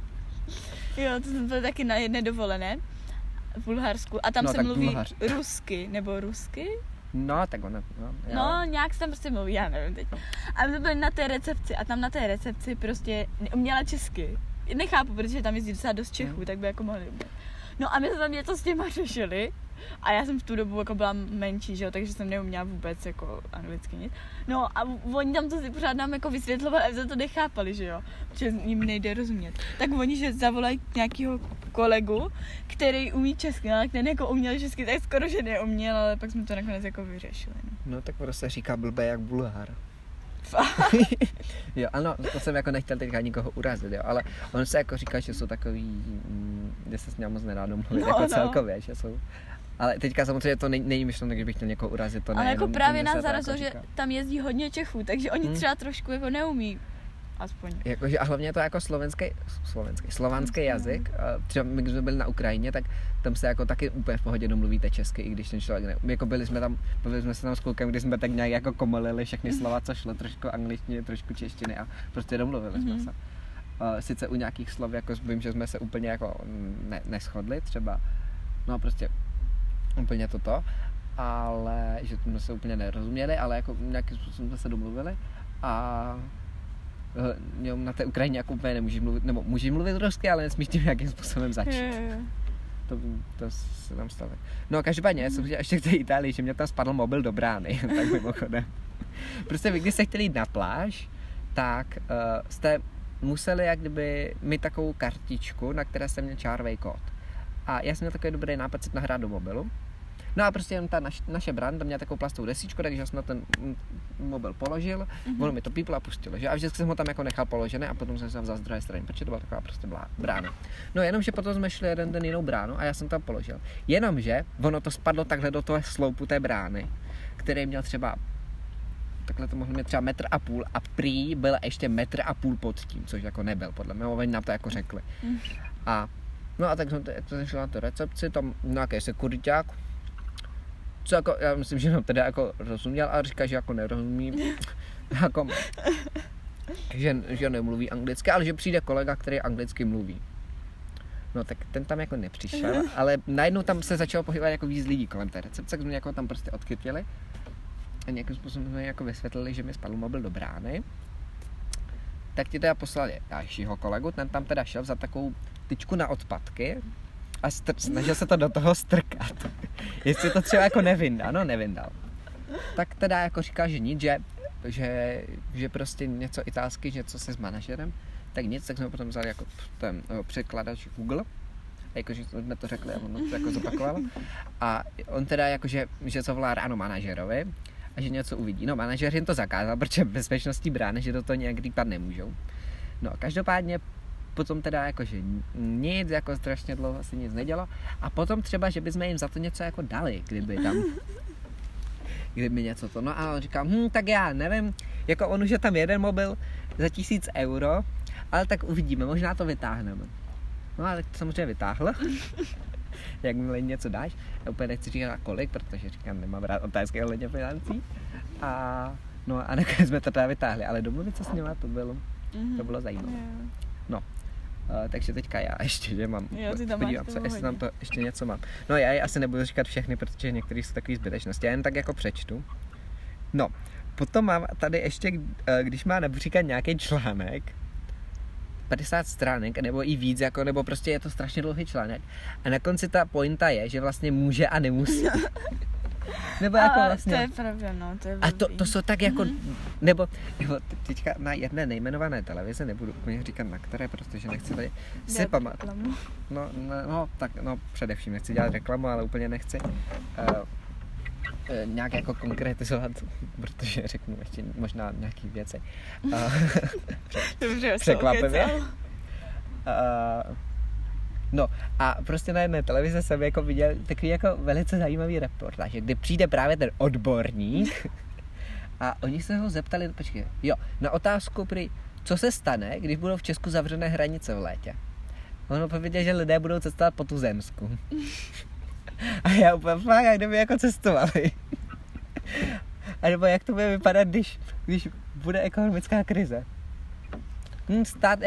Jo, to jsem byl taky na jedné dovolené v Bulharsku a tam se mluví rusky, nebo rusky? No, tak ono, no, nějak se tam prostě mluví, já nevím teď. A my jsme byli na té recepci a tam na té recepci prostě neuměla česky. Nechápu, protože tam jezdí docela dost Čechů, tak by jako mohli umět. No a my jsme tam něco s těma řešili a já jsem v tu dobu jako byla menší, že jo, takže jsem neuměla vůbec jako anglicky nic. No a oni tam to si pořád nám jako vysvětlovali a my jsme to nechápali, že jo, protože jim nejde rozumět. Tak oni, že zavolají nějakého kolegu, který umí česky, ale ten jako uměl česky, tak skoro, že neuměl, ale pak jsme to nakonec jako vyřešili. No tak prostě říká blbé jak Bulhar. Jo, ano, to jsem jako nechtěl teďka nikoho urazit, jo, ale on se jako říká, že jsou takový, že se s ním moc nedá domluvit, jako celkově, že jsou. Ale teďka samozřejmě to není myšleno, když bych chtěl někoho urazit, to ne. Ale jako právě nás zarazilo, jako že tam jezdí hodně Čechů, takže oni třeba trošku jako neumí. Aspoň. Jakože, a hlavně to jako slovanský jazyk. Třeba my, když jsme byli na Ukrajině, tak tam se jako taky úplně v pohodě domluvíte česky, i když ten člověk neumí. Jako bavili jsme se tam s klukem, kdy jsme tak nějak jako komolili všechny slova, co šlo, trošku angličtiny, trošku češtiny a prostě domluvili jsme se. Sice u nějakých slov, jako vím, že jsme se úplně jako neshodli třeba, no prostě úplně toto, ale že jsme se úplně nerozuměli, ale jako nějakým způsobem jsme se domluvili a na té Ukrajině jako úplně nemůžeš mluvit, nebo můžeš mluvit rusky, ale nesmíš tím nějakým způsobem začít. To se tam stalo. No každopádně, já jsem chtěl ještě k té Itálii, že mě tam spadl mobil do brány, tak mimochodem. Prostě vy, když jste chtěli jít na pláž, tak jste museli jak kdyby mít takovou kartičku, na které jsem měl čárový kód. A já jsem měl takový dobrý nápad si nahrát do mobilu. No a prostě jen ta naše brand tam měla takovou plastovou desičku, takže jsem na ten mobil položil, ono mi to píplo a pustilo, že? A vždycky jsem ho tam jako nechal položený a potom jsem se vzal z druhé strany, protože to byla taková prostě brána. No jenomže potom jsme šli jeden den jinou bránu a já jsem tam položil. Jenomže ono to spadlo takhle do toho sloupu té brány, který měl třeba, takhle to mohlo mít třeba 1,5 m a prý byl ještě 1,5 m pod tím, což jako nebyl podle mě, oni nám to jako řekli. No a tak jsem šel na tu recepci, tam nějaký sekuriťák, co jako, já myslím, že nám teda jako rozuměl, ale říká, že jako nerozumí, jako, že nemluví anglicky, ale že přijde kolega, který anglicky mluví. No tak ten tam jako nepřišel, ale najednou tam se začalo pohybovat jako víc lidí kolem té recepce, tak jsme jako tam prostě odchytili a nějakým způsobem jsme jako vysvětlili, že mi spadl mobil do brány. Tak ti teda poslali dalšího kolegu, ten tam teda šel za takovou tyčku na odpadky a snažil se to do toho strkat. Jestli to třeba jako nevyndal, no nevyndal. Tak teda jako říká, že nic, že prostě něco italsky, něco se s manažerem, tak nic, tak jsme potom vzali jako ten překladač Google, jakože jsme to řekli a on to jako zopakovalo. A on teda jakože, že to volá ráno manažerovi a že něco uvidí. No manažer jim to zakázal, protože bezpečnostní brány, že do toho nějak rýpat nemůžou. No každopádně potom teda jakože nic, jako strašně dlouho se nic nedělo a potom třeba, že bychom jim za to něco jako dali, kdyby něco to. No a on říkal, tak já nevím, jako on už je tam jeden mobil za 1000 euro, ale tak uvidíme, možná to vytáhneme. No ale to samozřejmě vytáhl. Jakmile něco dáš, já úplně nechci říkat kolik, protože říkám, nemám rád otázky ohledně financí. A nakonec jsme to teda vytáhli, ale domluvit se s nima, to bylo zajímavé. No, takže teďka já ještě, že mám, podívám se, jestli tam to ještě něco mám. No já asi nebudu říkat všechny, protože některý jsou takový zbytečnosti, já jen tak jako přečtu. No, potom mám tady ještě, když má například nějaký článek, 50 stránek, nebo i víc, jako, nebo prostě je to strašně dlouhý článek. A na konci ta pointa je, že vlastně může a nemusí. Nebo jako vlastně. To je pravda, no, to je a to jsou tak jako, nebo teďka na jedné nejmenované televize, nebudu úplně říkat na které, protože nechci tady si pamatovat. No, především nechci dělat reklamu, ale úplně nechci nějak jako konkretizovat, protože řeknu ještě možná nějaký věci. Překvapivě. No a prostě na jedné televize jsem jako viděl takový jako velice zajímavý reportáž, kdy přijde právě ten odborník a oni se ho zeptali, na otázku co se stane, když budou v Česku zavřené hranice v létě. On odpověděl, že lidé budou cestovat po tuzemsku. A já úplně fakt, jak kdyby jako cestovali. A nebo jak to bude vypadat, když bude ekonomická krize. Stát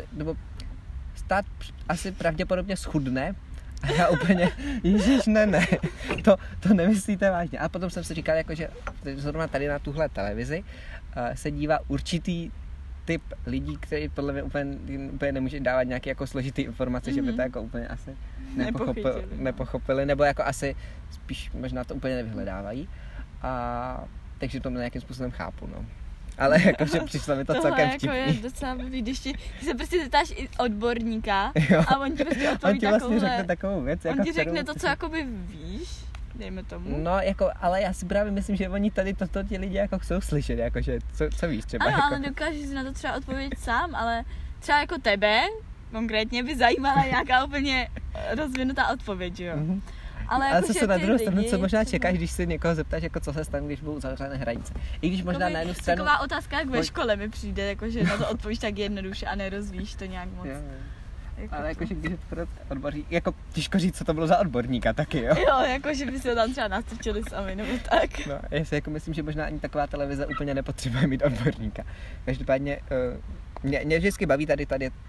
asi pravděpodobně schudne a já úplně, ježiš, ne, to nemyslíte vážně. A potom jsem si říkal, jako, že zrovna tady na tuhle televizi se dívá určitý typ lidí, který podle mě úplně nemůže dávat nějaké jako složitý informace, že by to jako úplně asi nepochopili, nebo jako asi spíš možná to úplně nevyhledávají. A takže to nějakým způsobem chápu, no. Ale jakože přišlo mi to celkem vtipný. Tohle jako je docela blbý, když se prostě zeptáš i odborníka a on ti prostě odpoví vlastně řekne takovou věc. On ti řekne to, co jakoby víš, dejme tomu. No, jako, ale já si právě myslím, že oni tady toto ti lidi jako chcou slyšet, jakože, co víš třeba. Ano, jako. ale dokážeš si na to třeba odpovědět sám, ale třeba jako tebe konkrétně by zajímala nějaká úplně rozvinutá odpověď, jo. Mm-hmm. Ale zase na druhou stranu, co možná čekáš, když si někoho zeptáš, jako co se stane, když budou zavřené hranice. I když možná na jednu stranu... Taková otázka, jak ve škole mi přijde, jakože na to odpovíš tak jednoduše a nerozvíš to nějak moc. Jako ale jakože když je to odborník, jako těžko říct, co to bylo za odborníka taky, jo? Jo, jakože by se tam třeba nastrčili sami, nebo tak. No, já si jako myslím, že možná ani taková televize úplně nepotřebuje mít odborníka. Každopádně mě vždycky baví tady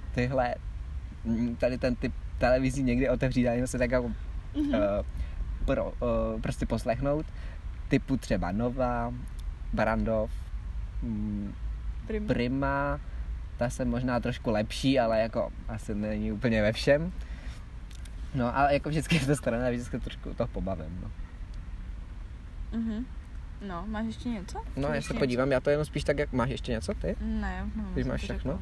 ten typ televizí někdy otevřít, a se tak jako prostě poslechnout, typu třeba Nova, Barrandov, Prima, ta se možná trošku lepší, ale jako asi není úplně ve všem. No, ale jako vždycky je to strana, vždycky trošku toho pobavím, no. No, máš ještě něco? No, já se podívám, já to jenom spíš tak, jak máš ještě něco, ty? Ne, když máš všechno.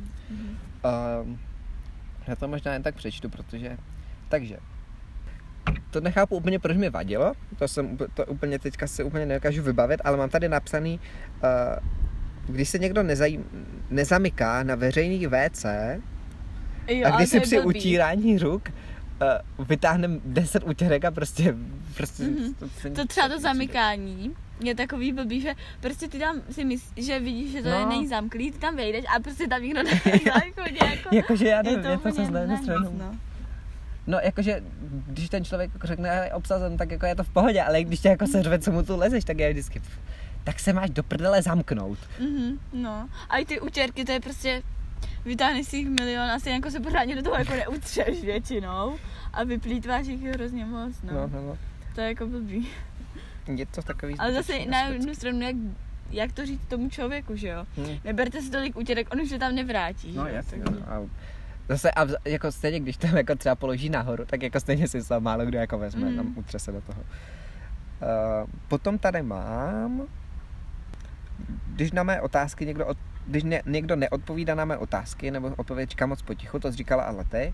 Já to možná jen tak přečtu, protože... Takže... To nechápu úplně, proč mi vadilo, to úplně teďka se úplně nedokážu vybavit, ale mám tady napsaný, když se někdo nezamyká na veřejných WC a když si při utírání ruk vytáhneme 10 utěrek a prostě to třeba to zamykání je takový blbý, že prostě ty tam si myslíš, že vidíš, že to není zamklý, ty tam vejdeš a prostě tam nikdo nechodí, jakože já nevím, je to se zná na stranu. No, jakože, když ten člověk řekne, je obsazen, tak jako je to v pohodě, ale když tě jako seřve, co mu tu lezeš, tak je vždycky, tak se máš do prdele zamknout. No, a i ty utěrky, to je prostě vytáhneš si jich milion, asi jako se pořádně do toho jako neutřeš většinou a vyplýtváš jich hrozně moc, no. To je jako blbý. Je to takový... Ale zase na jednu stranu, jak to říct tomu člověku, že jo? Neberte si tolik utěrek, on už se tam nevrátí. No jasně, no. Zase a jako stejně, když tam jako třeba položí nahoru, tak jako stejně si to málo kdo jako vezme, tam utře se do toho. Potom tady mám, když na mé otázky když někdo neodpovídá na mé otázky, nebo odpověď říká moc potichu, to jsi říkala ale ty.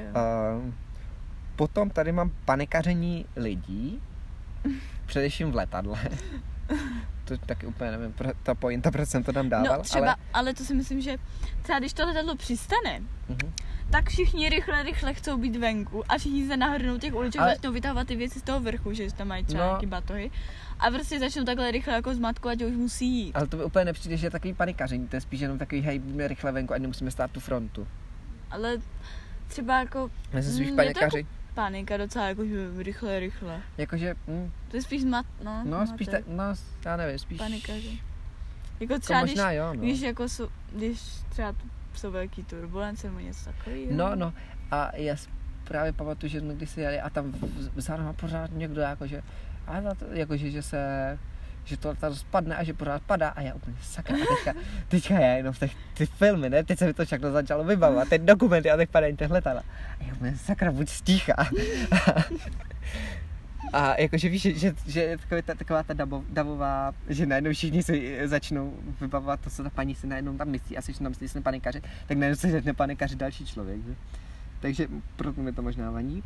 Potom tady mám panikaření lidí, především v letadle. To taky úplně nevím, ta pointa, proč jsem to tam dával. No třeba, ale to si myslím, že třeba když to letadlo přistane, tak všichni rychle chcou být venku a všichni se nahrnou těch uliček, začnou vytahovat ty věci z toho vrchu, že tam mají třeba nějaký batohy a prostě začnou takhle rychle jako zmatkovat, že už musí jít. Ale to by úplně nepřijde, že je takový panikaření, to je spíš jenom takový hej, rychle venku, ať nemusíme stát tu frontu. Ale třeba jako... Mezi spíš panikaři. Panika docela jakože rychle. Jakože... To je spíš spíš já nevím, spíš... Panikaři. Jako třeba možná, když třeba jsou velký turbulence nebo něco takového. No, a já právě pamatuju, že jsme kdysi jeli a tam vzadu má pořád někdo že to letadlo spadne a že pořád padá a já úplně sakra a teďka já jenom v ty filmy, ne, teď se mi to všechno začalo vybavovat, ty dokumenty a teď padají těch letadla a já úplně sakra, buď stíchá. A jakože víš, že taková ta davová, že najednou všichni si začnou vybavovat to, co ta paní si najednou tam myslí a si tam myslí, že se panikařit, tak najednou se začne panikařit další člověk, že? Takže proto mi to možná vaní.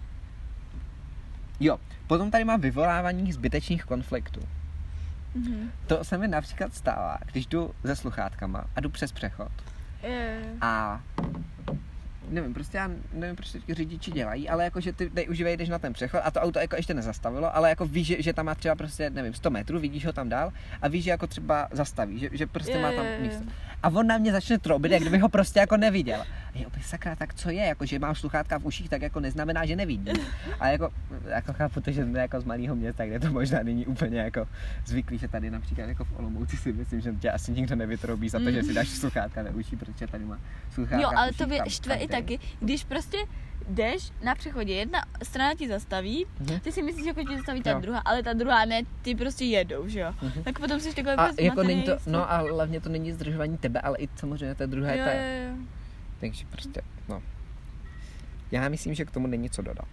Jo, potom tady mám vyvolávání zbytečných konfliktů. To se mi například stává, když jdu se sluchátkama a jdu přes přechod. A nevím, prostě já nevím, proč teď řidiči dělají, ale jakože ty jdeš na ten přechod a to auto jako ještě nezastavilo, ale jako víš, že tam má třeba prostě, nevím, 100 metrů, vidíš ho tam dál a víš, že jako třeba zastaví, že prostě má tam místo. A on na mě začne trobit, jak kdyby ho prostě jako neviděl. A je opět sakra, tak co je, jako že mám sluchátka v uších, tak jako neznamená, že nevidí. A jako chápu to, že jsme jako z malého města, kde to možná není úplně jako zvyklý, že tady například jako v Olomouci si myslím, že tě asi nikdo nevytrobí za to, že si dáš sluchátka ve uších, protože tady má sluchátka. Jo, ale to by štve i taky, když prostě jdeš na přechodě, jedna strana ti zastaví, ty si myslíš, že ti zastaví ta druhá, ale ta druhá ne, ty prostě jedou, že jo. Tak potom jsi takhle jako není to, no a hlavně to není zdržování tebe, ale i samozřejmě té druhé jo. Takže prostě, no. Já myslím, že k tomu není co dodat.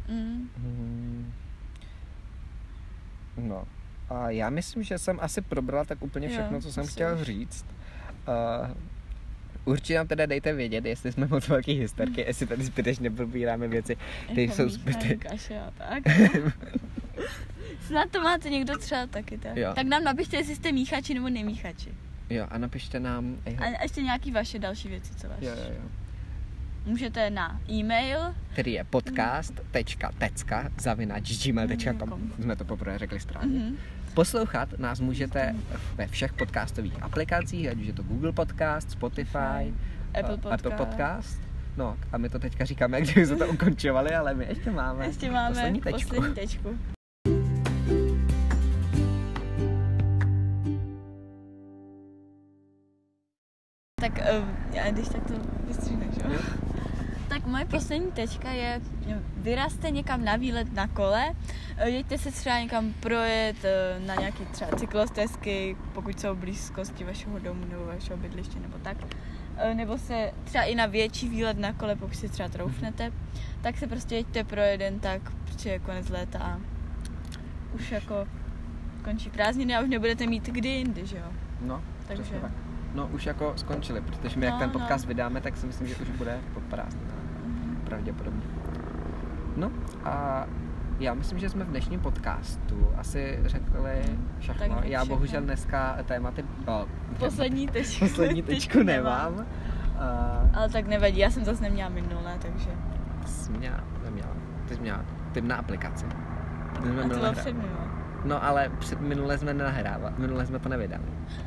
No. A já myslím, že jsem asi probral tak úplně všechno, co jsem chtěl říct. Určitě nám teda dejte vědět, jestli jsme moc velký hysterky, jestli tady zbytečně probíráme věci, které jsou zbytečné. Snad to máte někdo třeba taky, tak? Tak nám napište, jestli jste míchači nebo nemíchači. Jo, a napište nám... A ještě nějaký vaše další věci, co vaše. Jo. Můžete na e-mail, který je podcast.tecka@gmail.com. Jsme to poprvé řekli správně. Poslouchat nás můžete ve všech podcastových aplikacích, ať už je to Google Podcast, Spotify, Apple Podcast. No, a my to teďka říkáme, jak kdyby se to ukončovali, ale my ještě máme poslední tečku. Tak když tak to vystříhneš, jo? Tak moje poslední tečka je, vyrazte někam na výlet na kole, jeďte se třeba někam projet na nějaký třeba cyklostezky, pokud jsou v blízkosti vašeho domu nebo vašeho bydliště nebo tak, nebo se třeba i na větší výlet na kole, pokud si třeba troufnete, tak se prostě jeďte pro jeden tak, protože je konec léta a už jako končí prázdniny a už nebudete mít kdy jindy, že jo? No, takže tak. No už jako skončili, protože my jak ten podcast vydáme, tak si myslím, že už bude pod prázdninami. Pravděpodobně. No a já myslím, že jsme v dnešním podcastu asi řekli všechno. Já bohužel dneska tématy... Poslední tečku nemám. Ale tak nevadí, já jsem zase neměla minulé, takže... Neměla. Ty jsi měla typ na aplikaci. A to bylo předminulé. No ale minule jsme nenahrávali, minule jsme to nevydali.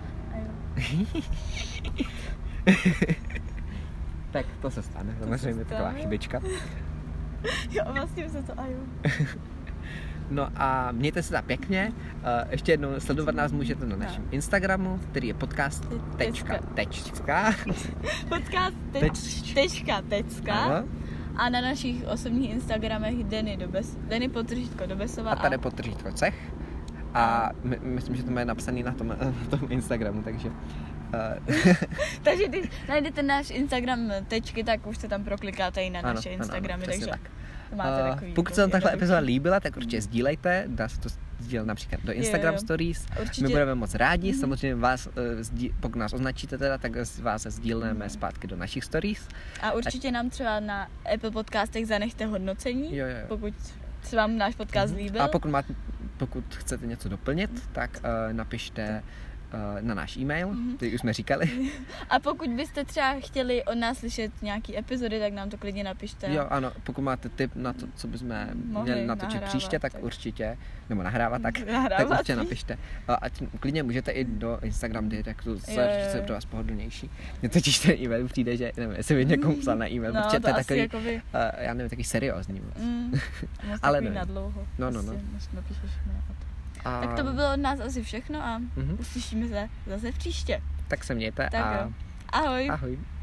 Tak to se stane, samozřejmě taková chybička. Jo, vlastně se to No a mějte se tak pěkně. Ještě jednou sledovat nás můžete na našem Instagramu, který je podcast.tečka. Podcast.tečka. A na našich osobních Instagramech Denny_Dobesová. A tady _Cech. A myslím, že to má napsaný na tom Instagramu, takže... Takže když najdete náš Instagram tečky, tak už se tam proklikáte i na naše Instagramy, takže tak. máte takový... Pokud se vám takhle epizoda líbila, tak určitě sdílejte, dá se to sdílet například do Instagram Stories. Určitě. My budeme moc rádi, samozřejmě vás, pokud nás označíte teda, tak vás sdílíme zpátky do našich Stories. A určitě nám třeba na Apple Podcastech zanechte hodnocení, jo. pokud se vám náš podcast líbil. A pokud chcete něco doplnit, tak napište na náš e-mail, který už jsme říkali. A pokud byste třeba chtěli od nás slyšet nějaký epizody, tak nám to klidně napište. Jo, ano, pokud máte tip na to, co bychom měli natočit příště, tak určitě, nebo nahrávat, tak určitě napište. A klidně můžete i do Instagram directu, co je pro vás pohodlnější. Mně totiž ten e-mail přijde, že nevím, jestli by někomu psal na e-mail, protože to je takový, jakoby... já nevím, takový seriózní moc. Ale takový nadlouho. No. Tak to by bylo od nás asi všechno a uslyšíme se zase příště. Tak se mějte tak a... Ahoj. Ahoj.